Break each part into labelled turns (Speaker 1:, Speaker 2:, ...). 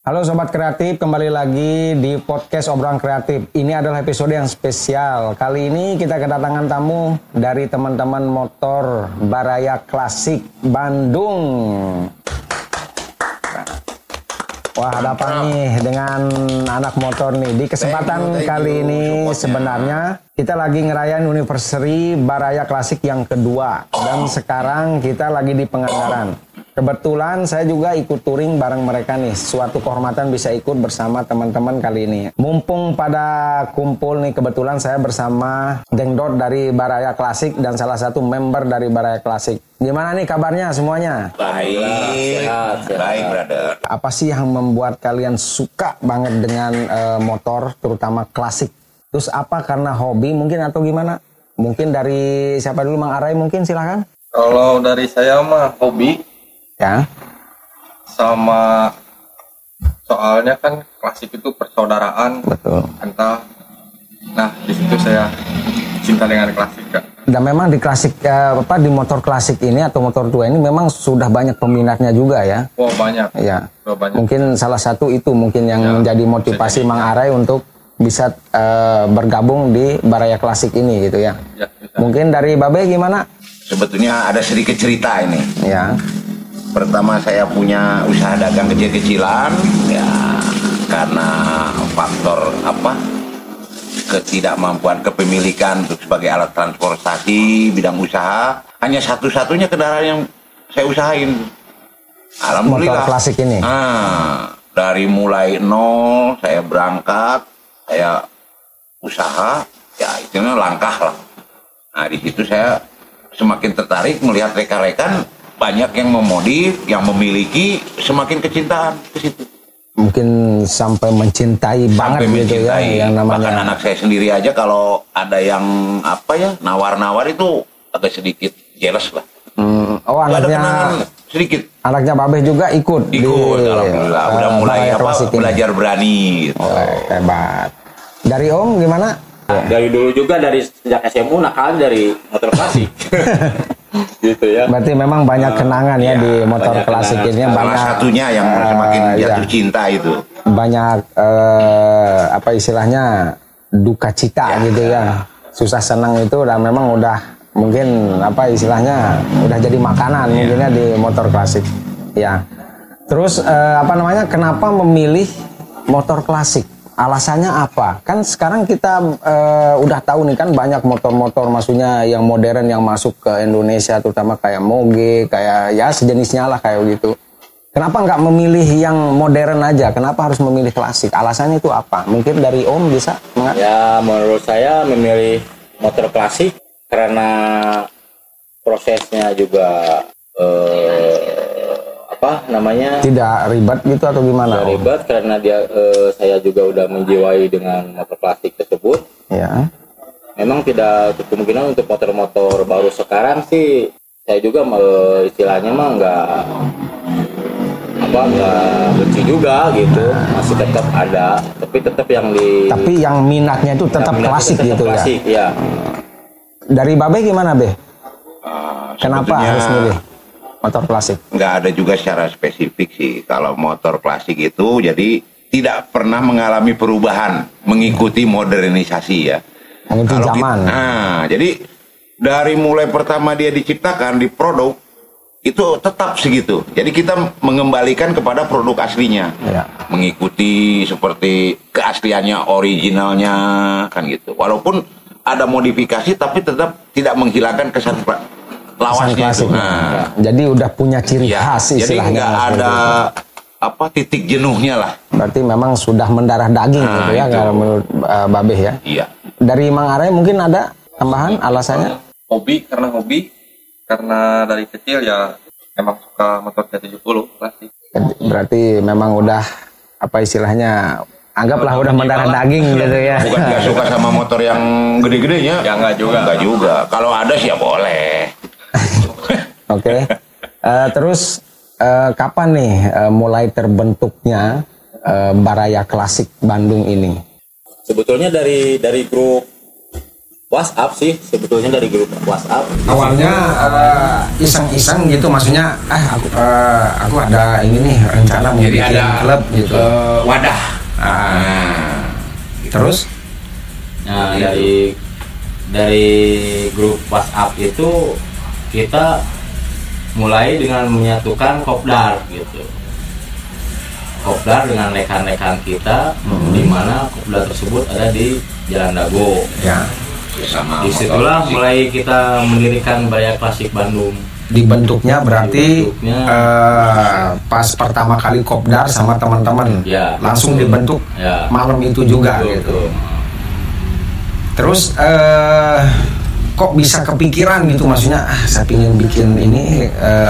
Speaker 1: Halo Sobat Kreatif, kembali lagi di podcast Obrolan Kreatif. Ini adalah episode yang spesial. Kali ini kita kedatangan tamu dari teman-teman motor Baraya Klasik Bandung. Wah, ada apa nih dengan anak motor nih? Di kesempatan kali ini sebenarnya kita lagi ngerayain anniversary Baraya Klasik yang kedua. Dan sekarang kita lagi di Pangandaran. Kebetulan saya juga ikut touring bareng mereka nih. Suatu kehormatan bisa ikut bersama teman-teman kali ini. Mumpung pada kumpul nih, kebetulan saya bersama Dengdot dari Baraya Klasik dan salah satu member dari Baraya Klasik. Gimana nih kabarnya semuanya?
Speaker 2: Baik, baik brother.
Speaker 1: Apa sih yang membuat kalian suka banget dengan motor, terutama klasik? Terus apa, karena hobi mungkin atau gimana? Mungkin dari siapa dulu, Mang Arai mungkin, silakan.
Speaker 3: Kalau dari saya mah hobi.
Speaker 1: Ya.
Speaker 3: Sama soalnya kan klasik itu persaudaraan.
Speaker 1: Betul.
Speaker 3: Entah. Nah, di situ saya cinta dengan klasik, Kak.
Speaker 1: Dan memang di klasik di motor klasik ini atau motor tua ini memang sudah banyak peminatnya juga ya.
Speaker 3: Oh, banyak.
Speaker 1: Ya.
Speaker 3: Oh, banyak.
Speaker 1: Mungkin salah satu itu mungkin yang menjadi motivasi Mang Arai untuk bisa bergabung di Baraya Klasik ini gitu ya.
Speaker 3: Ya, bisa.
Speaker 1: Mungkin dari Babe gimana?
Speaker 2: Sebetulnya ada sedikit cerita ini.
Speaker 1: Ya.
Speaker 2: Pertama saya punya usaha dagang kecil-kecilan, ya karena faktor ketidakmampuan kepemilikan untuk sebagai alat transportasi bidang usaha, hanya satu-satunya kendaraan yang saya usahain. Alhamdulillah.
Speaker 1: Motor klasik ini.
Speaker 2: Dari mulai nol saya berangkat, saya usaha, ya itu langkah lah. Nah di situ saya semakin tertarik melihat rekan-rekan banyak yang memodif, yang memiliki, semakin kecintaan ke situ.
Speaker 1: Mungkin sampai mencintai banget gitu ya, yang namanya.
Speaker 2: Bahkan anak saya sendiri aja kalau ada yang nawar-nawar itu agak sedikit jealous lah.
Speaker 1: Oh, anaknya
Speaker 2: sedikit.
Speaker 1: Anaknya Babe juga ikut
Speaker 2: Alhamdulillah. Udah mulai belajar berani gitu.
Speaker 1: Oh, hebat. Dari Om gimana?
Speaker 4: Dari dulu juga, dari sejak SMU nakal dari motor klasik. Gitu ya.
Speaker 1: Berarti memang banyak kenangan ya di motor klasik ini.
Speaker 2: Salah satunya yang semakin jatuh cinta itu.
Speaker 1: Banyak istilahnya duka cita gitu ya. Susah senang itu dan memang udah mungkin istilahnya udah jadi makanan mungkinnya di motor klasik. Ya. Terus kenapa memilih motor klasik? Alasannya apa? Kan sekarang kita udah tahu nih kan banyak motor-motor maksudnya yang modern yang masuk ke Indonesia, terutama kayak Moge, kayak ya sejenisnya lah kayak gitu. Kenapa nggak memilih yang modern aja? Kenapa harus memilih klasik? Alasannya itu apa? Mungkin dari Om bisa?
Speaker 4: Ya menurut saya memilih motor klasik karena prosesnya juga
Speaker 1: tidak ribet gitu atau gimana?
Speaker 4: Tidak ribet karena saya juga udah menjiwai dengan motor klasik tersebut.
Speaker 1: Ya.
Speaker 4: Memang tidak kemungkinan untuk motor-motor baru sekarang sih saya juga istilahnya mah nggak benci juga gitu, masih tetap ada, tapi yang
Speaker 1: minatnya itu tetap klasik gitu
Speaker 4: klasik, ya.
Speaker 1: Dari Babe gimana, Be? Kenapa harus milih motor klasik?
Speaker 2: Nggak ada juga secara spesifik sih. Kalau motor klasik itu jadi tidak pernah mengalami perubahan mengikuti modernisasi ya.
Speaker 1: Mengikuti zaman.
Speaker 2: Jadi dari mulai pertama dia diciptakan di produk itu tetap segitu. Jadi kita mengembalikan kepada produk aslinya.
Speaker 1: Ya.
Speaker 2: Mengikuti seperti keasliannya, originalnya kan gitu. Walaupun ada modifikasi tapi tetap tidak menghilangkan kesan lawasnya itu.
Speaker 1: Jadi udah punya ciri khas istilahnya.
Speaker 2: Jadi nggak ada titik jenuhnya lah.
Speaker 1: Berarti memang sudah mendarah daging gitu ya kalau menurut Babe ya.
Speaker 2: Iya.
Speaker 1: Dari Mang Arai mungkin ada tambahan alasannya?
Speaker 3: Hobi, karena dari kecil ya emang suka motor C70 klasik.
Speaker 1: Berarti memang udah istilahnya anggaplah udah mendarah daging gitu ya.
Speaker 2: Bukan nggak suka sama motor yang gede-gedenya?
Speaker 3: Ya nggak juga.
Speaker 2: Kalau ada sih ya boleh.
Speaker 1: Oke. Terus kapan nih mulai terbentuknya Baraya Klasik Bandung ini?
Speaker 4: Sebetulnya dari grup WhatsApp sih sebetulnya, dari grup WhatsApp.
Speaker 1: Awalnya iseng-iseng gitu, maksudnya aku ada ini nih rencana mau
Speaker 2: Jadi
Speaker 1: bikin
Speaker 2: ada
Speaker 1: klub gitu.
Speaker 2: wadah.
Speaker 1: Terus
Speaker 4: Nah, dari grup WhatsApp itu kita mulai dengan menyatukan kopdar gitu. Kopdar dengan rekan-rekan kita, di mana kopdar tersebut ada di Jalan Dago.
Speaker 1: ya
Speaker 2: Sama
Speaker 4: Disitulah mulai kita mendirikan Baraya Klasik Bandung.
Speaker 1: dibentuknya berarti
Speaker 4: Dibentuknya.
Speaker 1: pas pertama kali kopdar sama teman-teman
Speaker 4: Ya,
Speaker 1: langsung
Speaker 4: betul.
Speaker 1: dibentuk
Speaker 4: Ya.
Speaker 1: malam itu juga
Speaker 4: Betul,
Speaker 1: gitu.
Speaker 4: betul.
Speaker 1: Terus kok bisa kepikiran gitu, maksudnya saya pingin bikin ini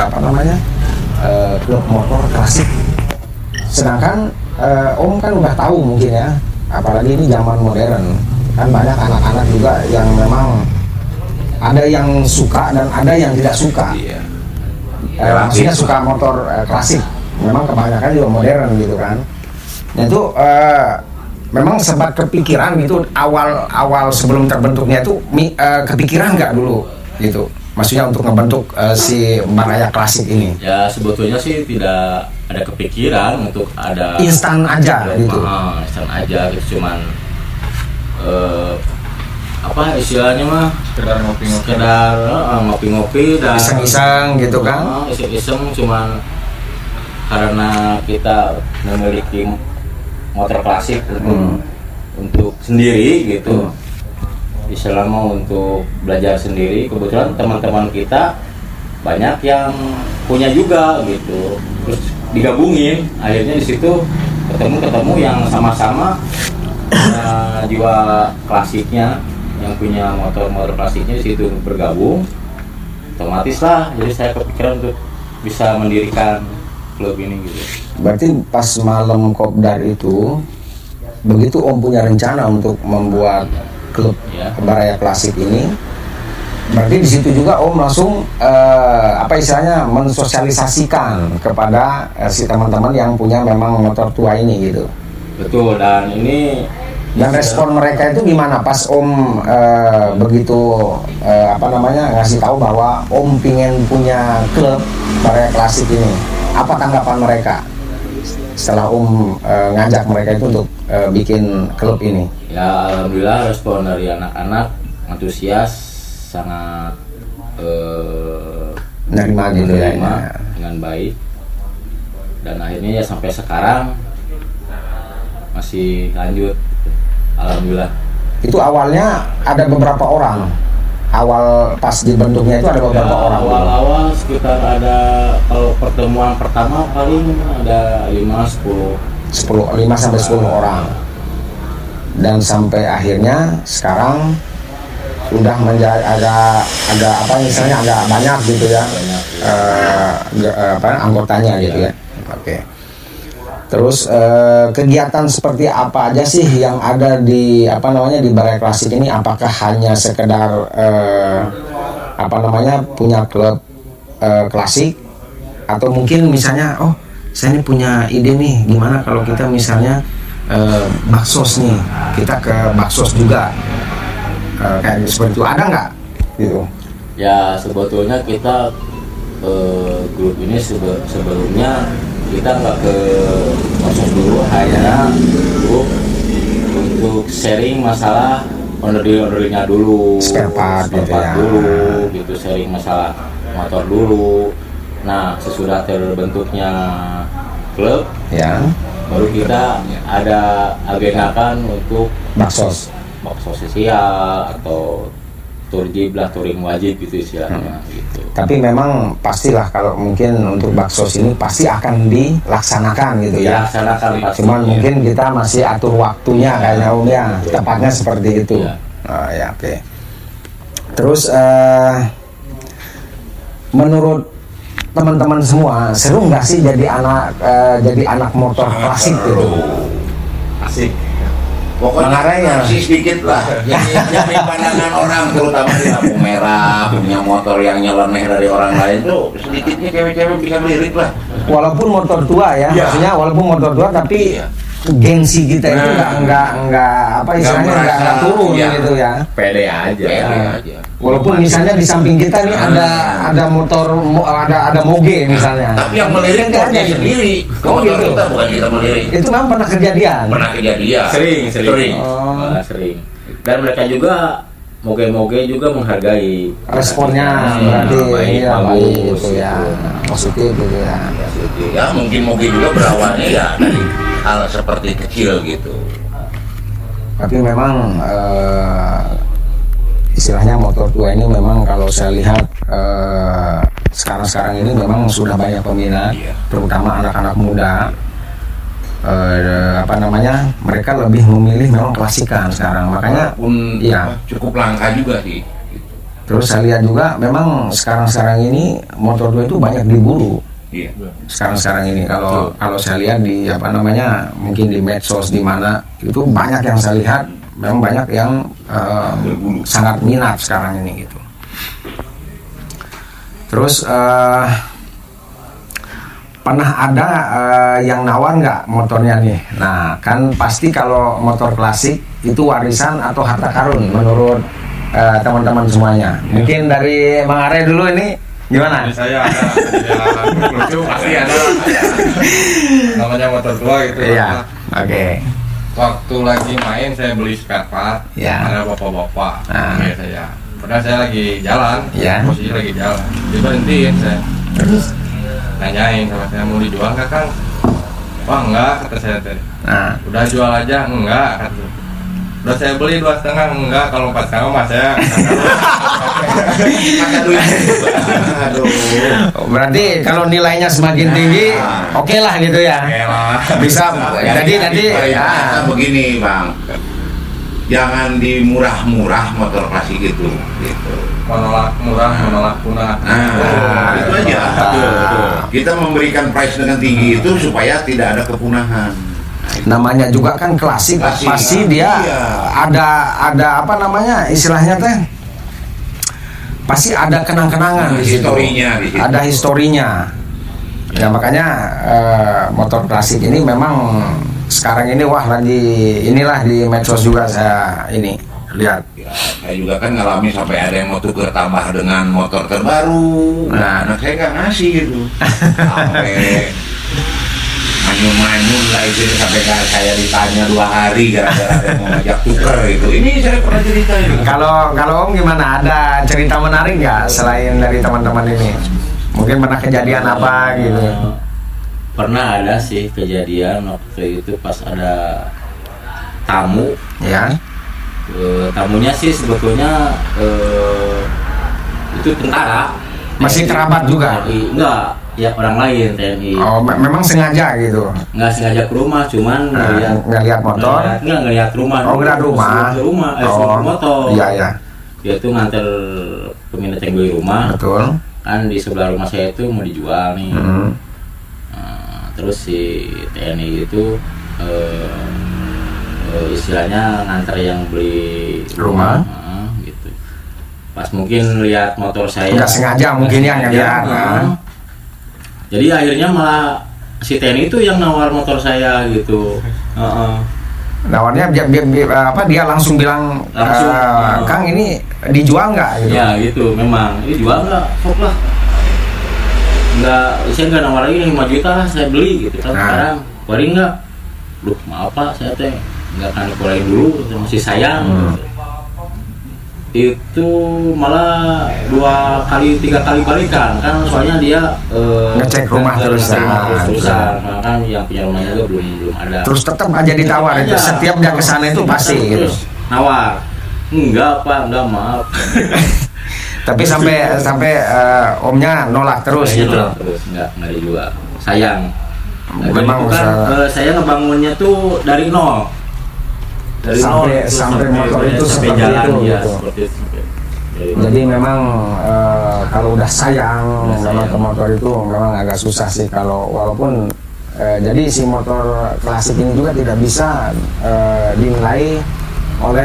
Speaker 1: klub motor klasik. Sedangkan Om kan udah tahu mungkin ya, apalagi ini zaman modern kan banyak anak-anak juga yang memang ada yang suka dan ada yang tidak suka.
Speaker 2: Iya.
Speaker 1: Maksudnya suka motor klasik, memang kebanyakan juga modern gitu kan. Nah itu memang sempat kepikiran gitu awal sebelum terbentuknya itu kepikiran nggak dulu gitu, maksudnya untuk ngebentuk si Baraya Klasik ini.
Speaker 4: Ya sebetulnya sih tidak ada kepikiran untuk ada
Speaker 1: Instan aja gitu.
Speaker 4: Instan aja gitu, cuman apa istilahnya mah
Speaker 3: Sekedar ngopi-ngopi.
Speaker 4: sekedar ngopi-ngopi dan
Speaker 1: Iseng-iseng gitu kan.
Speaker 4: iseng-iseng, cuman karena kita memiliki motor klasik untuk sendiri gitu. Selama untuk belajar sendiri, kebetulan teman-teman kita banyak yang punya juga gitu, terus digabungin, akhirnya di situ ketemu yang sama-sama jiwa klasiknya, yang punya motor klasiknya di situ bergabung, otomatis lah jadi saya kepikiran untuk bisa mendirikan klub ini gitu.
Speaker 1: Berarti pas malam kopdar itu, begitu Om punya rencana untuk membuat klub
Speaker 4: Ya.
Speaker 1: Baraya Klasik ini, berarti di situ juga Om langsung istilahnya mensosialisasikan kepada si teman-teman yang punya memang motor tua ini gitu.
Speaker 4: Betul, dan ini
Speaker 1: Dan respon mereka itu gimana pas Om begitu ngasih tahu bahwa Om pingin punya klub Baraya Klasik ini? Apa tanggapan mereka setelah Om ngajak mereka itu untuk bikin klub ini?
Speaker 4: ya alhamdulillah respon dari anak-anak antusias, sangat
Speaker 1: Nerima gitu ya.
Speaker 4: menerima dengan baik, dan akhirnya ya sampai sekarang masih lanjut, alhamdulillah.
Speaker 1: Itu awalnya ada beberapa orang. Awal pas dibentuknya itu ada beberapa
Speaker 4: Ya,
Speaker 1: orang.
Speaker 4: awal-awal sekitar ada, kalau pertemuan pertama paling ada 5-10
Speaker 1: 5 sampai 10 orang. Dan sampai akhirnya sekarang udah menjadi agak banyak gitu ya. Anggotanya gitu ya. Oke. Terus kegiatan seperti apa aja sih yang ada di di Baraya Klasik ini? Apakah hanya sekedar punya klub klasik, atau mungkin misalnya saya ini punya ide nih, gimana kalau kita misalnya baksos nih, kita ke baksos juga, kayak seperti itu, ada nggak gitu?
Speaker 4: Ya sebetulnya kita grup ini sebelumnya kita nggak ke masuk dulu, hanya grup untuk sharing masalah onderdilnya dulu,
Speaker 1: Spare part gitu ya.
Speaker 4: dulu gitu, sharing masalah motor dulu. Nah sesudah terbentuknya klub
Speaker 1: Ya,
Speaker 4: baru kita ada agendakan untuk
Speaker 1: baksos.
Speaker 4: sosial atau turjib lah, touring wajib gitu istilahnya gitu.
Speaker 1: Tapi memang pastilah kalau mungkin untuk baksos ini pasti akan dilaksanakan gitu ya.
Speaker 4: Dilaksanakan pasti.
Speaker 1: Cuman mungkin kita masih atur waktunya kayaknya Om ya. Tepatnya seperti itu.
Speaker 4: Iya.
Speaker 1: Oh ya, oke. Terus menurut teman-teman semua, seru nggak sih jadi anak motor klasik gitu?
Speaker 4: Asik.
Speaker 2: Pokoknya
Speaker 1: Makanya.
Speaker 2: narsis sedikit lah. Jadi pandangan orang, terutama di lampu merah, punya motor yang nyeleneh dari orang lain tuh sedikitnya cewek-cewek bisa lirik lah.
Speaker 1: Walaupun motor tua ya,
Speaker 2: Iya.
Speaker 1: maksudnya walaupun motor tua tapi gengsi kita itu nggak apa istilahnya nggak turun gitu ya.
Speaker 4: Pede aja.
Speaker 1: Walaupun misalnya di samping kita nih ada motor ada moge misalnya.
Speaker 2: Tapi yang melirik dia sendiri. Motor kita bukan kita melirik.
Speaker 1: Itu memang pernah kejadian.
Speaker 4: Sering. Sering. Dan mereka juga moge-moge juga menghargai
Speaker 1: responnya berarti baik gitu ya, positif gitu ya.
Speaker 2: Ya mungkin moge juga berawalnya ya dari hal seperti kecil gitu.
Speaker 1: Tapi memang istilahnya motor tua ini memang kalau saya lihat sekarang ini memang sudah banyak peminat, terutama anak-anak muda. Mereka lebih memilih memang klasikan sekarang, makanya
Speaker 2: cukup langka juga sih.
Speaker 1: Terus saya lihat juga memang sekarang ini motor tua itu banyak diburu. Sekarang ini kalau saya lihat di mungkin di medsos di mana itu banyak yang saya lihat memang banyak yang sangat minat sekarang ini gitu. Terus pernah ada yang nawar nggak motornya nih? Nah kan pasti kalau motor klasik itu warisan atau harta karun menurut teman-teman semuanya. Mungkin dari Bang Are dulu ini gimana?
Speaker 3: Jadi saya ada lucu pasti ada namanya motor tua gitu.
Speaker 1: Iya. Oke.
Speaker 3: Waktu lagi main saya beli spare part. Ada bapak-bapak. Saya. Padahal saya lagi jalan. Posisi lagi jalan. Diberhentiin saya.
Speaker 1: Terus
Speaker 3: nanyain sama saya, mau dijual nggak Kang? Wah enggak, kata saya tadi. Udah jual aja, enggak kata. Udah saya beli 2,5, enggak, kalau 4,5 mas saya.
Speaker 1: Berarti kalau nilainya semakin tinggi, oke lah gitu ya. Bisa. Jadi nanti
Speaker 2: begini Bang, jangan dimurah-murah motor klasik itu.
Speaker 3: Menolak murah, menolak punah.
Speaker 2: Itu aja. Kita memberikan price dengan tinggi itu supaya tidak ada kepunahan.
Speaker 1: Namanya juga kan klasik. Pasti dia ada istilahnya teh. Pasti ada kenang-kenangan di situ. Ada historinya. Ya makanya motor klasik ini memang sekarang ini inilah di medsos juga saya lihat.
Speaker 2: Saya juga kan ngalami sampai ada yang mau tukar tambah dengan motor terbaru. Anak saya nggak ngasih gitu. Sampai manyun-manyun lah itu sampai saya ditanya 2 hari gara-gara ada mau ngajak tukar itu. Ini saya pernah cerita ini.
Speaker 1: Kalau Om gimana? Ada cerita menarik nggak selain dari teman-teman ini? Mungkin pernah kejadian apa gitu?
Speaker 4: Pernah ada sih kejadian waktu itu pas ada tamu.
Speaker 1: Ya.
Speaker 4: Tamunya sih sebetulnya itu tentara.
Speaker 1: Masih kerabat juga?
Speaker 4: Enggak, ya orang lain TNI.
Speaker 1: Oh, memang sengaja gitu?
Speaker 4: Enggak sengaja ke rumah, cuman
Speaker 1: ngeliat motor?
Speaker 4: Ngeliat rumah.
Speaker 1: Oh, ngeliat rumah?
Speaker 4: Motor.
Speaker 1: Iya.
Speaker 4: Dia tuh nganter peminat yang beli rumah.
Speaker 1: Betul.
Speaker 4: Kan di sebelah rumah saya itu mau dijual nih. Terus si TNI itu istilahnya nganter yang beli rumah gitu. Pas mungkin lihat motor saya
Speaker 1: nggak sengaja mungkin ya ngeliat.
Speaker 4: Jadi akhirnya malah si TNI itu yang nawar motor saya gitu.
Speaker 1: Nawarnya dia langsung bilang Kang ini dijual nggak gitu?
Speaker 4: Ya gitu memang ini jual nggak, sok lah. Nggak, saya nggak nawar lagi 5 juta lah saya beli gitu kan. Sekarang paling nggak, duh maaf Pak saya teh nggak akan dikurangi dulu, masih sayang. Itu malah 2 kali 3 kali balikan kan, soalnya dia
Speaker 1: ngecek rumah terusan.
Speaker 4: Kan yang punya rumahnya juga belum ada.
Speaker 1: Terus tetap aja ditawar itu setiap dia kesana itu pasti gitu.
Speaker 4: Nawar, enggak Pak, enggak maaf.
Speaker 1: Tapi sampai omnya nolak terus gitu.
Speaker 4: Terus enggak dijual. Sayang.
Speaker 1: Memang
Speaker 4: kan, saya ngebangunnya tuh dari nol.
Speaker 1: Sampai motor itu seperti itu gitu. Jadi memang kalau udah sayang memang ke motor itu memang agak susah sih kalau walaupun jadi si motor klasik ini juga tidak bisa dinilai oleh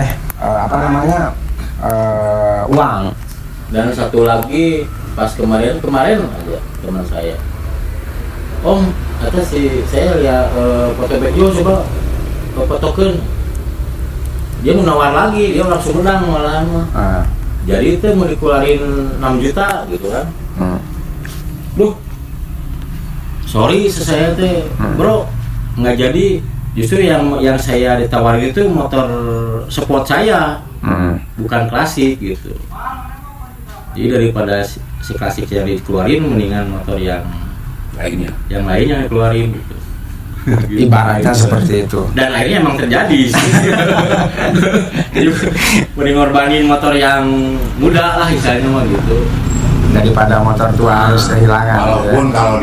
Speaker 1: uang.
Speaker 4: Dan satu lagi pas kemarin aja teman saya, Om kata saya lihat foto baju coba token dia menawar lagi, dia langsung menang malahan mah. Jadi itu mau dikeluarin 6 juta gitu kan. Duh, sorry saya teh bro, nggak jadi. Justru yang saya ditawarin itu motor sport saya, bukan klasik gitu. Jadi daripada si klasik yang dikeluarin, mendingan motor yang lainnya dikeluarin gitu.
Speaker 1: Ibaratnya seperti itu.
Speaker 4: Dan akhirnya emang terjadi sih. Jadi mending ngorbanin motor yang muda lah misalnya mah gitu,
Speaker 1: daripada motor tua harus kehilangan.
Speaker 2: Walaupun kalau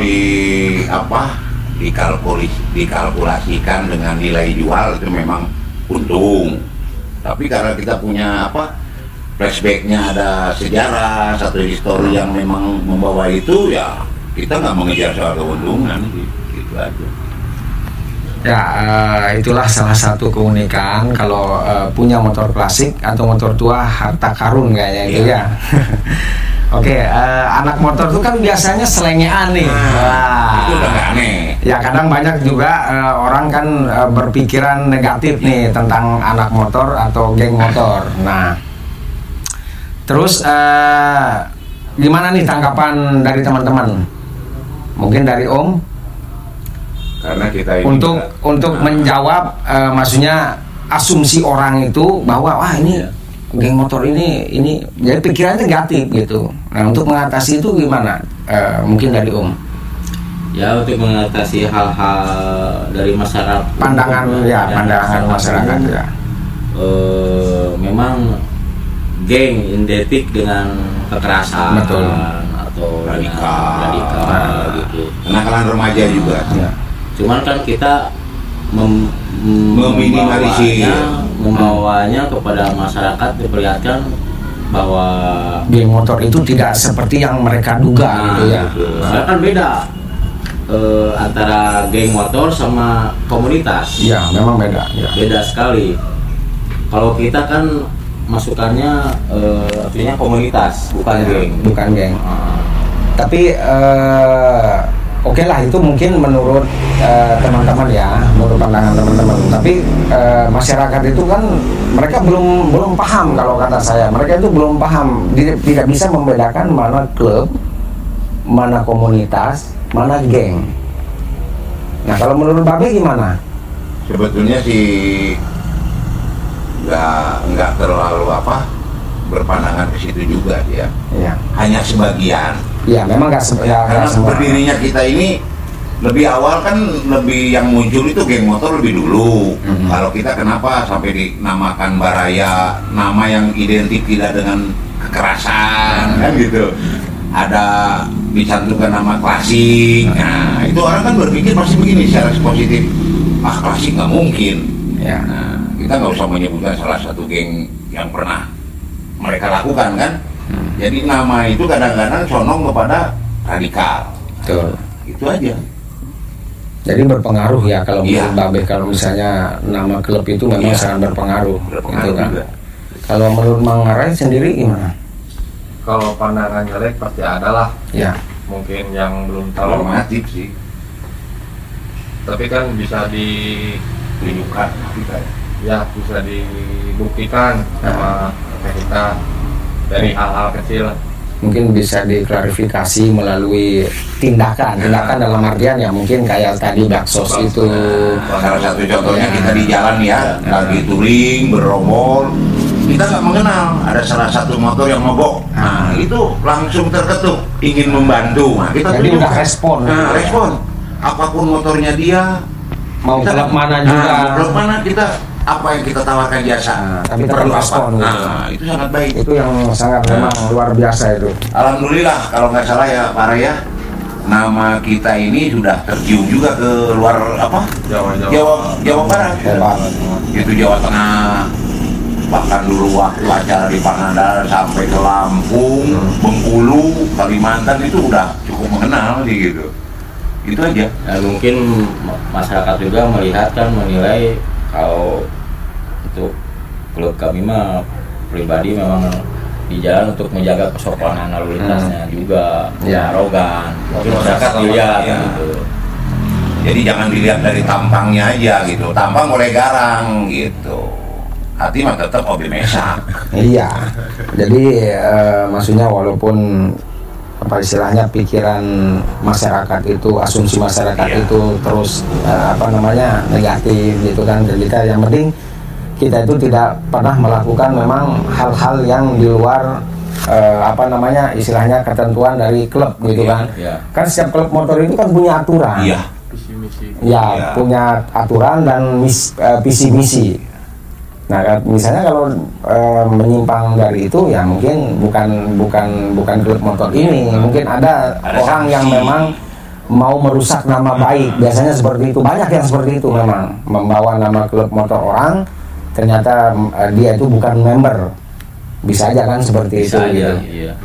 Speaker 2: dikalkulasikan dengan nilai jual itu memang untung. Tapi karena kita punya flashbacknya, ada sejarah, satu histori yang memang membawa itu, ya kita nggak mengejar soal keuntungan gitu aja.
Speaker 1: Ya, itulah salah satu keunikan kalau punya motor klasik atau motor tua, harta karun kayaknya itu ya. Oke, anak motor itu kan biasanya selengean nih.
Speaker 2: Itu udah nggak aneh.
Speaker 1: Ya kadang banyak juga orang kan berpikiran negatif nih tentang anak motor atau geng motor. Nah, terus gimana nih tanggapan dari teman-teman? Mungkin dari Om?
Speaker 2: Karena kita ini
Speaker 1: untuk menjawab maksudnya asumsi orang itu bahwa wah ini geng motor ini jadi pikirannya negatif gitu. Nah, untuk mengatasi itu gimana? Mungkin dari Om.
Speaker 4: Ya, untuk mengatasi hal-hal dari masyarakat,
Speaker 1: Pandangan masyarakat ya.
Speaker 4: Memang geng identik dengan kekerasan.
Speaker 1: Betul.
Speaker 4: Atau
Speaker 2: radikal
Speaker 4: gitu.
Speaker 2: Kenakalan remaja juga.
Speaker 1: Ya.
Speaker 4: Cuman kan kita membawanya kepada masyarakat, diperlihatkan bahwa
Speaker 1: Geng motor itu tidak seperti yang mereka duga gitu ya.
Speaker 4: Soalnya kan beda antara geng motor sama komunitas.
Speaker 1: Iya, memang beda. Ya.
Speaker 4: Beda sekali. Kalau kita kan masukannya artinya komunitas, bukan geng.
Speaker 1: Bukan geng. Tapi oke lah, itu mungkin menurut teman-teman ya, menurut pandangan teman-teman. Tapi masyarakat itu kan mereka belum paham, kalau kata saya. Mereka itu belum paham, tidak bisa membedakan mana klub, mana komunitas, mana geng. Nah, kalau menurut Babe gimana?
Speaker 2: Sebetulnya sih nggak terlalu berpandangan ke situ juga dia.
Speaker 1: Ya.
Speaker 2: Hanya sebagian.
Speaker 1: Ya, memang nggak
Speaker 2: Karena
Speaker 1: semua.
Speaker 2: berdirinya kita ini lebih awal kan, lebih yang muncul itu geng motor lebih dulu. Kalau kita kenapa sampai dinamakan Baraya, nama yang identik tidak dengan kekerasan kan gitu. Ada dicantumkan nama klasik. Nah, itu orang kan berpikir pasti begini secara positif. Klasik nggak mungkin.
Speaker 1: Ya.
Speaker 2: Nah, kita nggak usah menyebutkan salah satu geng yang pernah mereka lakukan kan. Jadi nama itu kadang-kadang condong kepada radikal.
Speaker 1: Betul.
Speaker 2: Itu aja.
Speaker 1: Jadi berpengaruh ya kalau
Speaker 2: Iya.
Speaker 1: menurut Babe, kalau misalnya nama klub itu memang sangat berpengaruh,
Speaker 2: Berpengaruh
Speaker 1: gitu kan.
Speaker 2: juga.
Speaker 1: Kalau menurut Mang Arai sendiri gimana?
Speaker 3: Kalau pandangan jelek pasti ada lah,
Speaker 1: Ya,
Speaker 3: mungkin yang belum tahu,
Speaker 2: Normatif sih.
Speaker 3: tapi kan bisa
Speaker 2: Tunjukkan kita.
Speaker 3: bisa dibuktikan sama kita dari hal-hal kecil.
Speaker 1: mungkin bisa diklarifikasi melalui tindakan dalam artian ya mungkin kayak tadi baksos itu.
Speaker 2: Salah satu contohnya kita di jalan ya, lagi touring, berombol, kita nggak mengenal ada salah satu motor yang mogok. Nah itu langsung terketuk ingin membantu. Nah, kita
Speaker 1: Jadi
Speaker 2: tunjukkan.
Speaker 1: udah respon.
Speaker 2: Nah, respon. Apapun motornya dia,
Speaker 1: Mau
Speaker 2: kita-
Speaker 1: klub mana juga.
Speaker 2: klub mana kita, apa yang kita tawarkan jasa.
Speaker 1: Tapi
Speaker 2: Perlu
Speaker 1: terrespon,
Speaker 2: apa?
Speaker 1: gitu.
Speaker 2: Nah itu sangat baik.
Speaker 1: Itu yang sangat memang luar biasa itu.
Speaker 2: Alhamdulillah kalau nggak salah ya Pak Raya, nama kita ini sudah tercium juga ke luar Jawa Barat. Itu Jawa Tengah, bahkan dulu waktu acara di Pangandaran sampai ke Lampung, Bengkulu, Kalimantan itu udah cukup mengenal gitu. Itu aja.
Speaker 4: Nah, mungkin masyarakat juga melihat kan, menilai kalau untuk klub kami mah pribadi memang di jalan untuk menjaga kesopanan lalu lintasnya juga,
Speaker 1: Ya.
Speaker 4: arogan. Mungkin masyarakat
Speaker 2: Sama,
Speaker 4: dilihat
Speaker 2: ya.
Speaker 4: gitu.
Speaker 2: Jadi jangan dilihat dari tampangnya aja gitu. Tampang boleh garang gitu. Hati mah tetap hobi mesak.
Speaker 1: Iya. Jadi maksudnya walaupun apa istilahnya pikiran masyarakat itu, asumsi masyarakat itu terus apa namanya negatif gitu kan ke kita, yang penting kita itu tidak pernah melakukan memang hal-hal yang di luar apa namanya istilahnya ketentuan dari klub gitu kan. Kan setiap klub motor itu kan punya aturan.
Speaker 2: Iya.
Speaker 1: Ya, punya aturan dan visi misi. Nah, misalnya kalau menyimpang dari itu ya mungkin bukan klub motor ini, mungkin ada orang yang memang mau merusak nama baik. Biasanya seperti itu, banyak yang seperti itu memang membawa nama klub motor orang, ternyata dia itu bukan member. Bisa aja kan seperti
Speaker 4: Bisa
Speaker 1: itu
Speaker 4: aja,
Speaker 1: gitu.
Speaker 4: iya.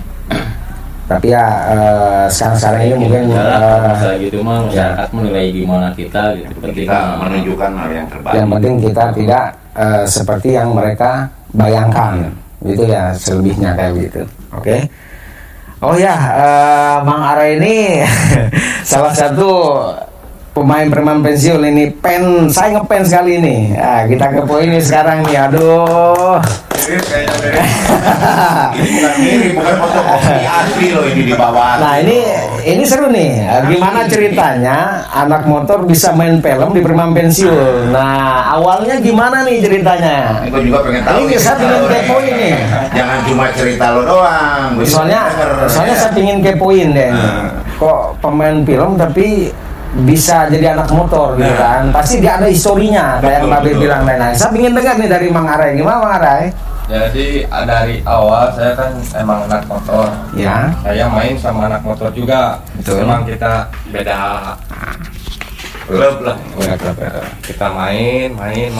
Speaker 1: Tapi ya sekarang ini mungkin
Speaker 4: masalah gitu mah masyarakat menilai gimana kita gitu.
Speaker 2: Kita menunjukkan hal yang terbaik.
Speaker 1: yang penting kita tidak seperti yang mereka bayangkan gitu ya, selebihnya kayak gitu. Oke. Oh ya, Mang Ara ini salah satu pemain pensiun ini, saya ngefans sekali ini. Nah, kita kepo ini sekarang nih, aduh.
Speaker 3: Mirip kayaknya mirip.
Speaker 2: Ini bukan mirip, bukan fotokopi asli loh ini di bawah.
Speaker 1: Nah ini seru nih. Gimana ceritanya anak motor bisa main film di pensiun? Nah awalnya gimana nih ceritanya?
Speaker 2: Gue juga pengen tahu.
Speaker 1: Ini saya pengen kepoin nih.
Speaker 2: Jangan cuma cerita lo doang.
Speaker 1: Soalnya saya pengen kepoin deh. Kok pemain film tapi bisa jadi anak motor gitu kan? Pasti dia ada historinya kayak yang Babe bilang lain-lain. Saya pengen dengar nih dari Mang Arai. Gimana Mang Arai?
Speaker 3: Jadi dari awal saya kan emang anak motor.
Speaker 1: Ya.
Speaker 3: Saya main sama anak motor juga.
Speaker 1: Betul.
Speaker 3: Memang kita beda klub lah.
Speaker 1: Beda klub, ya.
Speaker 3: Kita main.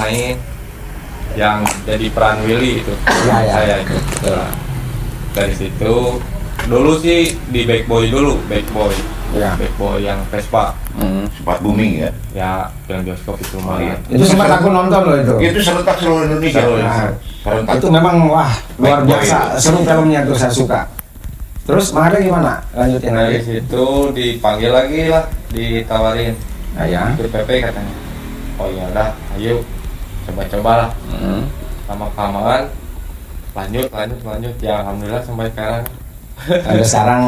Speaker 3: Yang jadi peran Willy itu.
Speaker 1: Ya.
Speaker 3: Saya itu. Nah, dari situ dulu sih di Bad Boy dulu, Bad Boy.
Speaker 1: Ya.
Speaker 3: Bad Boy yang Vespa.
Speaker 2: Sempat booming ya.
Speaker 3: Ya, film bioskop itu mah.
Speaker 2: Iya.
Speaker 1: Itu sempat aku nonton loh itu.
Speaker 2: Itu serentak seluruh Indonesia.
Speaker 1: Nah,
Speaker 2: Serentak.
Speaker 1: itu memang wah luar
Speaker 2: Baik,
Speaker 1: biasa, seru filmnya tuh, saya suka. Terus Mang Arai gimana? Lanjutin
Speaker 3: Dari
Speaker 1: lagi.
Speaker 3: situ dipanggil lagi lah, ditawarin.
Speaker 1: Nah, ya.
Speaker 3: Ikut PP katanya. Oh iya udah, ayo coba-coba lah. Lama-kelamaan lanjut. Ya alhamdulillah sampai sekarang.
Speaker 1: Ada sekarang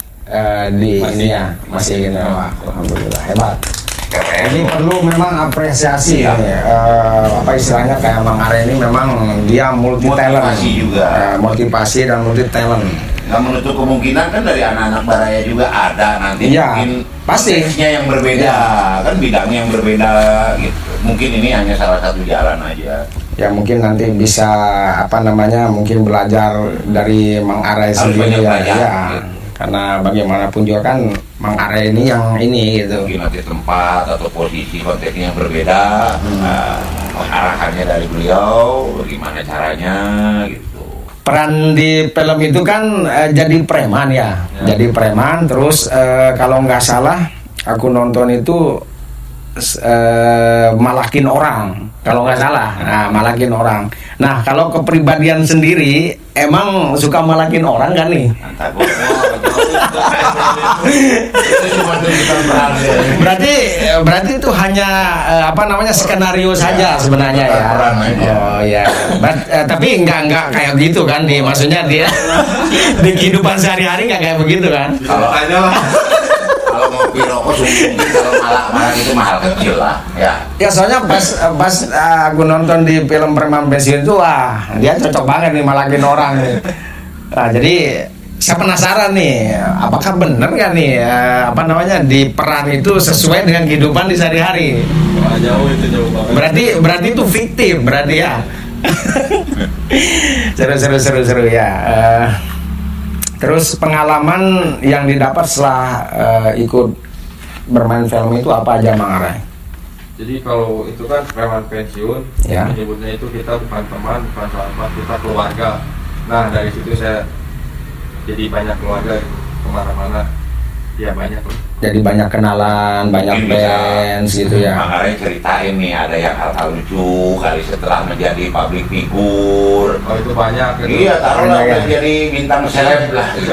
Speaker 1: di
Speaker 3: Masih.
Speaker 1: ini ya masih gini. Wah, alhamdulillah hebat.
Speaker 2: Keren.
Speaker 1: Ini perlu memang apresiasi ya. Apa istilahnya kayak Mang Arai ini memang dia multi talent.
Speaker 2: Motivasi juga.
Speaker 1: Motivasi dan multi talent.
Speaker 2: Nggak menutup kemungkinan kan dari anak-anak Baraya juga ada nanti
Speaker 1: Iya,
Speaker 2: mungkin
Speaker 1: pasti.
Speaker 2: konteksnya yang berbeda, kan bidangnya yang berbeda gitu. Mungkin ini hanya salah satu jalan aja.
Speaker 1: Ya mungkin nanti bisa apa namanya mungkin belajar dari Mang Arai
Speaker 2: Harus
Speaker 1: sendiri
Speaker 2: banyak
Speaker 1: ya.
Speaker 2: belajar,
Speaker 1: Ya.
Speaker 2: gitu.
Speaker 1: Karena bagaimanapun juga kan Mang Arai ini yang ini gitu.
Speaker 2: Mungkin nanti tempat atau posisi konteksnya yang berbeda, arahannya dari beliau, bagaimana caranya gitu.
Speaker 1: Peran di film itu kan jadi preman ya. Jadi preman terus kalau nggak salah aku nonton itu malakin orang kalau nggak salah. Nah, malakin orang. Nah, kalau kepribadian sendiri emang suka malakin orang kan nih?
Speaker 2: Itu cuma tuntutan peran ya.
Speaker 1: Berarti itu hanya apa namanya skenario saja sebenarnya ya.
Speaker 2: Peran aja.
Speaker 1: Oh ya. Tapi nggak kayak gitu kan nih, maksudnya dia di kehidupan sehari-hari nggak kayak begitu kan?
Speaker 2: Kalau
Speaker 3: Aja lah.
Speaker 2: kalau ngopi rokok sungguh, kalau malah itu mahal kecil lah ya.
Speaker 1: Ya soalnya pas aku nonton di film Preman Pensiun itu wah dia cocok banget nih malakin orang nih. Nah, jadi saya penasaran nih apakah benar kan nih apa namanya di peran itu sesuai dengan kehidupan di sehari-hari.
Speaker 3: Wah, jauh banget.
Speaker 1: Berarti itu fiktif berarti ya. seru ya. Terus pengalaman yang didapat setelah ikut bermain film itu apa aja Mang Arai?
Speaker 3: Jadi kalau itu kan preman pensiun,
Speaker 1: Ya.
Speaker 3: menyebutnya itu kita bukan teman, bukan sahabat, kita keluarga. Nah dari situ saya jadi banyak keluarga gitu, kemana-mana. Iya banyak loh.
Speaker 1: Jadi banyak kenalan, banyak
Speaker 2: Mungkin bisa
Speaker 1: bands gitu ya.
Speaker 2: Makanya ceritain nih ada yang hal-hal lucu kali setelah menjadi public figure.
Speaker 3: Oh itu banyak gitu.
Speaker 2: Iya, taruhlah
Speaker 1: Banyak,
Speaker 2: udah
Speaker 1: ya.
Speaker 2: jadi bintang seleb lah gitu.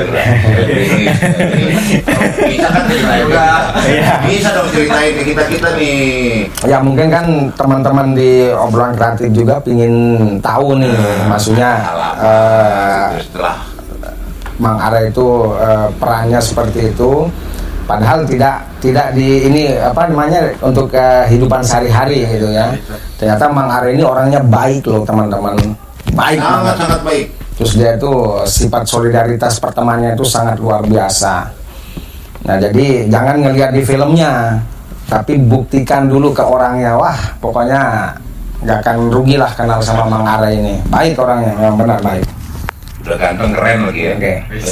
Speaker 2: Bisa kan ceritain
Speaker 3: Juga.
Speaker 2: Bisa dong ceritain ke kita nih.
Speaker 1: Ya mungkin kan teman-teman di obrolan kreatif juga pingin tahu nih, maksudnya
Speaker 2: Setelah
Speaker 1: Mang Ara itu perannya seperti itu, padahal tidak di ini apa namanya untuk kehidupan sehari-hari gitu ya. Ternyata Mang Ara ini orangnya baik loh teman-teman, baik banget.
Speaker 2: sangat baik.
Speaker 1: Terus dia itu sifat solidaritas pertemanannya itu sangat luar biasa. Nah jadi jangan ngelihat di filmnya, tapi buktikan dulu ke orangnya. Wah pokoknya nggak akan rugi lah kenal sama Mang Ara ini. Baik orangnya, memang benar baik.
Speaker 2: Udah ganteng keren lagi ya.
Speaker 1: Oke.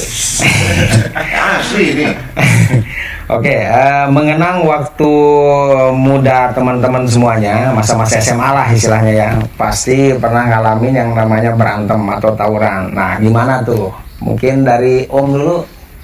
Speaker 2: Asli ini.
Speaker 1: Oke, mengenang waktu muda teman-teman semuanya, masa-masa SMA lah istilahnya ya, pasti pernah ngalamin yang namanya berantem atau tawuran. Nah, gimana tuh? Mungkin dari Om dulu.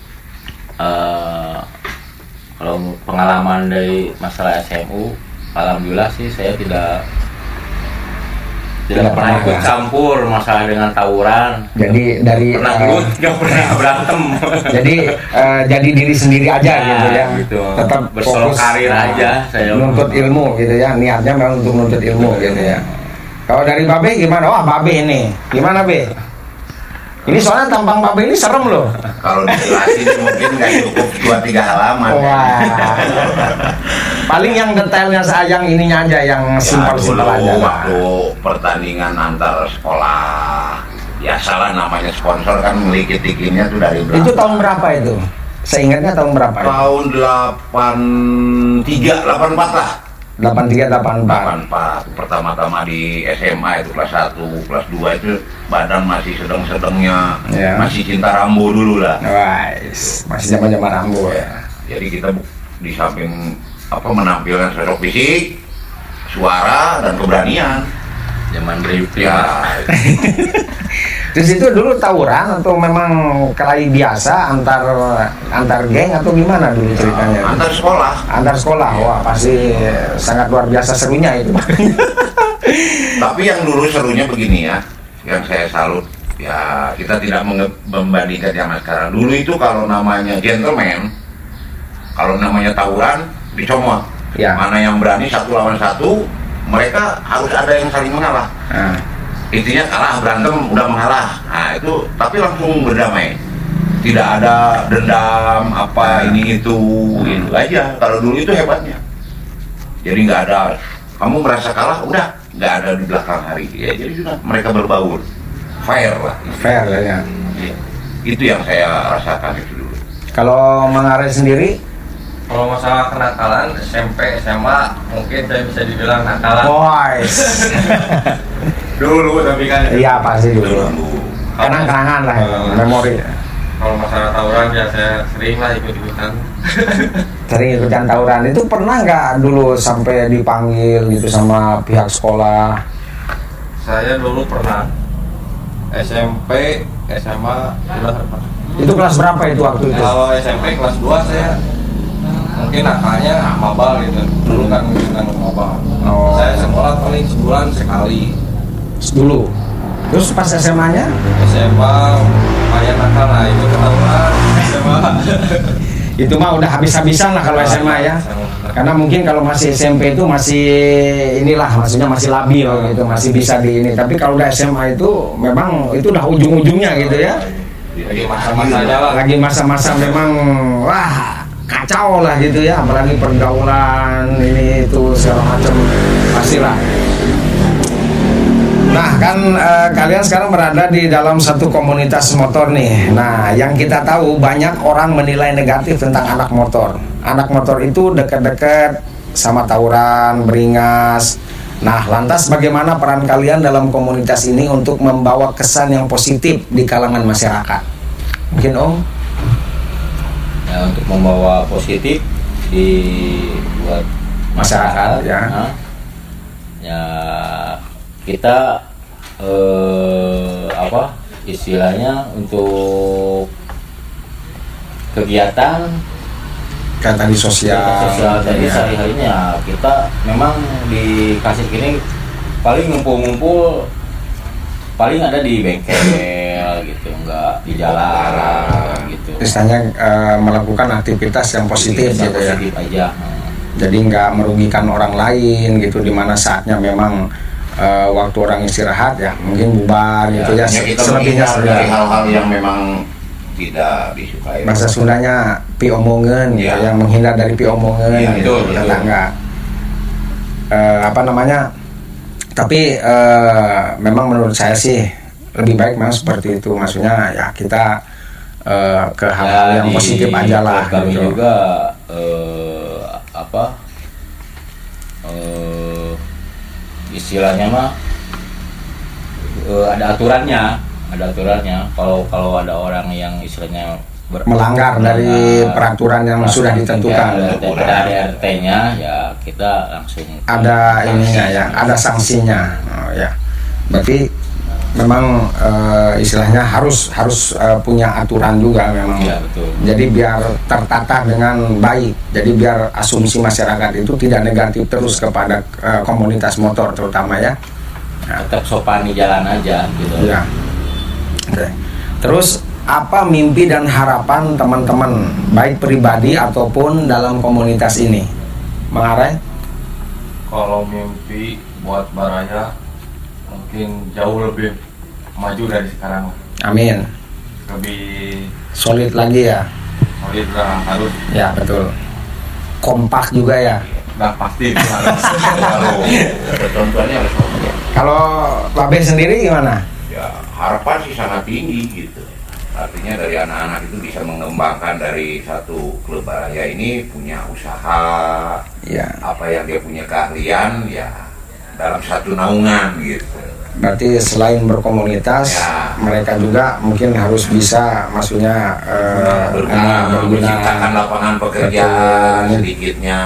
Speaker 4: Kalau pengalaman dari masalah SMU, alhamdulillah sih saya tidak pernah ikut campur masalah dengan tawuran.
Speaker 1: Jadi dari
Speaker 4: Nggak pernah berantem.
Speaker 1: jadi jadi diri sendiri aja gitu ya.
Speaker 4: Gitu.
Speaker 1: Tetap
Speaker 4: Bersolok
Speaker 1: fokus
Speaker 4: karir aja saya.
Speaker 1: menuntut ilmu gitu ya. Niatnya memang untuk menuntut ilmu gitu ya. Kalau dari Babe gimana? Wah, Babe ini. Gimana, Be? Ini soalnya tampang Babe ini serem loh.
Speaker 2: Kalau dijelasin mungkin nggak cukup 2-3 halaman.
Speaker 1: Wah. Paling yang detailnya sayang ininya aja, yang simpel-simpel aja.
Speaker 2: Waktu pertandingan antar sekolah, biasalah namanya sponsor kan ngelikit-likitnya tuh dari berapa?
Speaker 1: Itu tahun berapa itu? Seingatnya tahun berapa?
Speaker 2: Tahun 83, 84 lah.
Speaker 1: 83, 84.
Speaker 2: 84. Pertama-tama di SMA itu kelas 1, kelas 2 itu badan masih sedang-sedangnya,
Speaker 1: Ya.
Speaker 2: masih cinta Rambo dulu lah.
Speaker 1: Wah, masih zaman-zaman Rambo ya.
Speaker 2: Jadi kita di samping menampilkan sosok fisik, suara dan keberanian.
Speaker 4: Zaman briefing.
Speaker 2: Ya,
Speaker 1: Terus itu dulu tawuran atau memang kelahi biasa antar geng atau gimana dulu ceritanya?
Speaker 2: antar sekolah.
Speaker 1: Antar sekolah, wah pasti sangat luar biasa serunya itu.
Speaker 2: Tapi yang dulu serunya begini ya, yang saya salut ya, kita tidak membandingkan yang sekarang. Dulu itu kalau namanya gentleman, kalau namanya tawuran dicomot.
Speaker 1: Ya.
Speaker 2: Mana yang berani 1 lawan 1, mereka harus ada yang saling mengalah.
Speaker 1: Nah,
Speaker 2: Intinya kalah, berantem udah mengalah. Nah itu, tapi langsung berdamai. Tidak ada dendam ini itu gitu aja. Kalau dulu itu hebatnya. Jadi nggak ada, kamu merasa kalah, udah nggak ada di belakang hari. Ya jadi sudah mereka berbaur, fair lah.
Speaker 1: fair ya.
Speaker 2: Ya, itu yang saya rasakan itu dulu.
Speaker 1: Kalau Mang Ara sendiri,
Speaker 3: Kalau masalah kenakalan SMP SMA mungkin saya bisa dibilang nakalan
Speaker 1: boys.
Speaker 3: dulu tapi kan
Speaker 1: Iya pasti dulu. Kenang-kenangan lah, ya, memori.
Speaker 3: kalau masalah tawuran ya saya sering lah ikut-ikutan.
Speaker 1: Sering ikutan tawuran. Itu pernah nggak dulu sampai dipanggil gitu sama pihak sekolah?
Speaker 3: Saya dulu pernah SMP SMA sudah pernah.
Speaker 1: Itu kelas berapa itu waktu itu?
Speaker 3: Kalau SMP kelas 2 saya mungkin nakalnya mabal gitu. Dulu kan mabal.
Speaker 1: Oh.
Speaker 3: Saya sekolah paling sebulan sekali.
Speaker 1: Dulu. Terus pas SMA-nya?
Speaker 3: SMA lumayan nakal lah itu ketahuan SMA.
Speaker 1: Itu mah udah habis-habisan lah kalau SMA ya. Karena mungkin kalau masih SMP itu masih inilah, maksudnya masih labil gitu, masih bisa di ini. Tapi kalau udah SMA itu memang itu udah ujung-ujungnya gitu ya.
Speaker 3: Lagi masa-masanya lah.
Speaker 1: Lagi masa-masa memang wah kacau lah gitu ya, apalagi pergaulan ini itu segala macam pastilah. Nah kan kalian sekarang berada di dalam satu komunitas motor nih. Nah yang kita tahu banyak orang menilai negatif tentang anak motor. Anak motor itu dekat-dekat sama tawuran, beringas. Nah lantas bagaimana peran kalian dalam komunitas ini untuk membawa kesan yang positif di kalangan masyarakat? Mungkin Om?
Speaker 4: Ya, untuk membawa positif di buat
Speaker 1: Masyarakat, ya.
Speaker 4: Nah, ya kita istilahnya untuk kegiatan
Speaker 1: kayak tadi sosial.
Speaker 4: Jadi sehari-harinya ya, kita memang di Klasik ini paling ngumpul-ngumpul paling ada di bengkel gitu, enggak di jalan gitu.
Speaker 1: Istilahnya melakukan aktivitas yang positif gitu ya.
Speaker 4: Positif aja.
Speaker 1: Jadi nggak merugikan orang lain gitu, dimana saatnya memang waktu orang istirahat ya mungkin bubar gitu ya.
Speaker 2: Kita selebihnya dari hal-hal yang memang tidak disukai.
Speaker 1: Bahasa Sundanya pi omongan gitu, yang menghindar dari pi omongan gitu. Enggak. Apa namanya? Tapi memang menurut saya sih lebih baik memang seperti itu. Maksudnya ya kita ke hal yang positif aja lah.
Speaker 4: Kami
Speaker 1: gitu.
Speaker 4: juga istilahnya mah ada aturannya. Kalau ada orang yang istilahnya
Speaker 1: melanggar dari peraturan yang sudah ditentukan,
Speaker 4: ada RT-nya ya kita langsung
Speaker 1: ada ininya ya, ada sanksinya. Oh, ya, berarti memang istilahnya harus punya aturan juga memang.
Speaker 4: Ya, betul.
Speaker 1: Jadi biar tertata dengan baik. Jadi biar asumsi masyarakat itu tidak negatif terus kepada komunitas motor terutama ya.
Speaker 4: Tetap sopan di jalan aja gitu.
Speaker 1: Ya. Oke. Terus apa mimpi dan harapan teman-teman baik pribadi ataupun dalam komunitas ini? Mengarah?
Speaker 3: Kalau mimpi buat Baraya mungkin jauh lebih maju dari sekarang.
Speaker 1: Amin.
Speaker 3: Lebih
Speaker 1: Solid lagi ya.
Speaker 3: solid lah harus.
Speaker 1: Ya betul. Kompak juga ya.
Speaker 3: Nah pasti itu harus selalu.
Speaker 2: Contohnya harus oke.
Speaker 1: Kalau Babe sendiri gimana?
Speaker 2: Ya harapan sih sangat tinggi gitu. Artinya dari anak-anak itu bisa mengembangkan dari satu klub Baraya ini punya usaha,
Speaker 1: Ya.
Speaker 2: apa yang dia punya keahlian ya dalam satu naungan gitu.
Speaker 1: Berarti selain berkomunitas,
Speaker 2: Ya.
Speaker 1: mereka juga mungkin harus bisa, maksudnya
Speaker 2: menciptakan lapangan pekerjaan,
Speaker 1: Betul.
Speaker 2: sedikitnya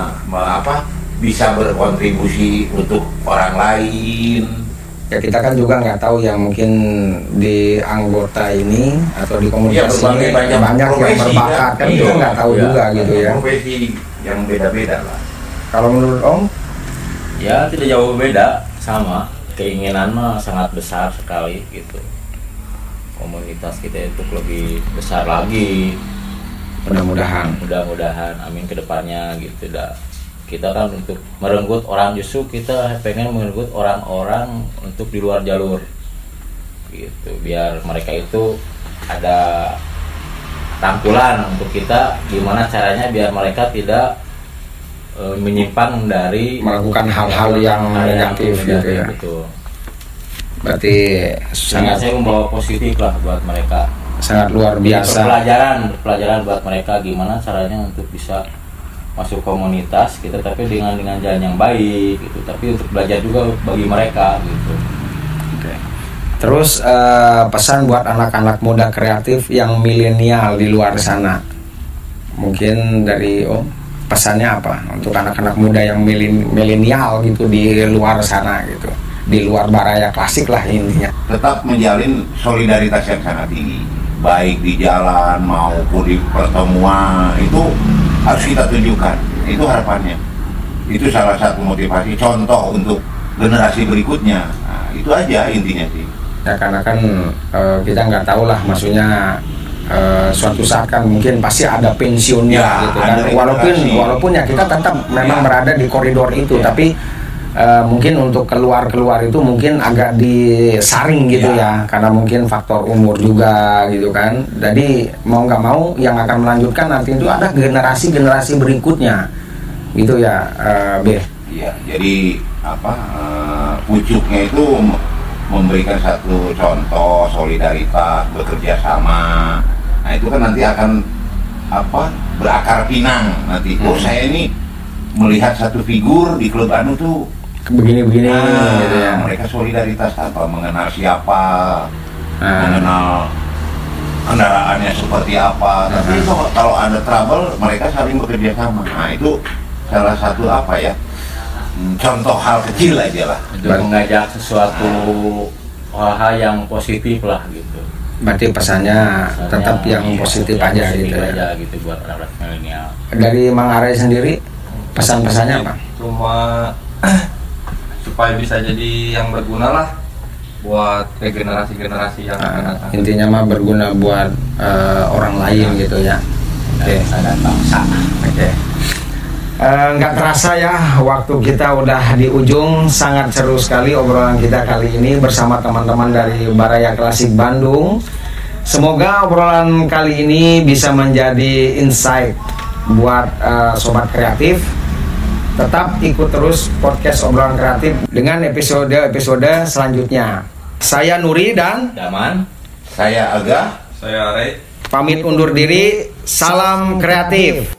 Speaker 2: bisa berkontribusi untuk orang lain.
Speaker 1: Ya kita kan juga nggak tahu ya, mungkin di anggota ini atau di komunitas ini banyak yang berbakat kan, kita nggak tahu juga gitu ya.
Speaker 2: Profesi yang beda-beda lah.
Speaker 1: Kalau menurut Om?
Speaker 4: Ya tidak jauh beda, sama keinginan mah sangat besar sekali gitu. Komunitas kita itu lebih besar lagi.
Speaker 1: Mudah-mudahan.
Speaker 4: Mudah-mudahan, amin kedepannya gitu dah. Kita kan untuk merenggut orang, justru kita pengen merenggut orang-orang untuk di luar jalur gitu, biar mereka itu ada tangkulan untuk kita gimana caranya biar mereka tidak menyimpang dari
Speaker 1: Melakukan hal-hal yang negatif gitu ya.
Speaker 4: Betul.
Speaker 1: Berarti
Speaker 4: Sangat saya membawa positif lah buat mereka.
Speaker 1: sangat luar biasa.
Speaker 4: Pelajaran buat mereka gimana caranya untuk bisa masuk komunitas kita, tapi dengan jalan yang baik gitu, tapi untuk belajar juga bagi mereka gitu.
Speaker 1: Oke. Terus pesan buat anak-anak muda kreatif yang milenial di luar sana, mungkin dari Om, pesannya apa untuk anak-anak muda yang milenial gitu di luar sana gitu, di luar Baraya Klasik lah intinya.
Speaker 2: Tetap menjalin solidaritas yang sangat tinggi, baik di jalan maupun di pertemuan, itu harus kita tunjukkan. Itu harapannya. Itu salah satu motivasi, contoh untuk generasi berikutnya. Nah, itu aja intinya sih.
Speaker 1: Ya karena kan kita nggak tahu lah, maksudnya suatu saat kan mungkin pasti ada pensiunnya
Speaker 2: Ya,
Speaker 1: gitu kan.
Speaker 2: ada
Speaker 1: Walaupun ya kita tetap memang berada di koridor itu, tapi mungkin untuk keluar itu mungkin agak disaring gitu ya, karena mungkin faktor umur juga gitu kan. Jadi mau nggak mau yang akan melanjutkan nanti itu ada generasi berikutnya gitu ya, B.
Speaker 2: Iya, jadi pucuknya itu memberikan satu contoh solidaritas, bekerja sama. Nah itu kan nanti akan berakar pinang nanti. Oh saya ini melihat satu figur di klub anu tuh
Speaker 1: Begini gitu ya.
Speaker 2: Mereka solidaritas tanpa mengenal siapa, mengenal kendaraannya seperti apa. Tapi kalau ada trouble mereka saling bekerja sama. Nah itu salah satu contoh hal kecil aja lah.
Speaker 4: Untuk mengajak sesuatu hal-hal yang positif lah gitu.
Speaker 1: Berarti pesannya tetap yang positif aja gitu ya.
Speaker 4: Gitu buat anak milenial.
Speaker 1: Dari Mang Arai sendiri pesan-pesannya apa?
Speaker 3: Cuma supaya bisa jadi yang berguna lah buat generasi-generasi yang akan datang.
Speaker 1: Intinya mah berguna buat orang lain gitu ya. Oke.
Speaker 4: Dan bangsa.
Speaker 1: Oke. Nggak terasa ya, waktu kita udah di ujung. Sangat seru sekali obrolan kita kali ini bersama teman-teman dari Baraya Klasik Bandung. Semoga obrolan kali ini bisa menjadi insight buat sobat kreatif. Tetap ikut terus podcast obrolan kreatif dengan episode selanjutnya. Saya Nuri dan
Speaker 2: Daman, saya Aga,
Speaker 3: Saya Arai.
Speaker 1: pamit undur diri. Salam kreatif.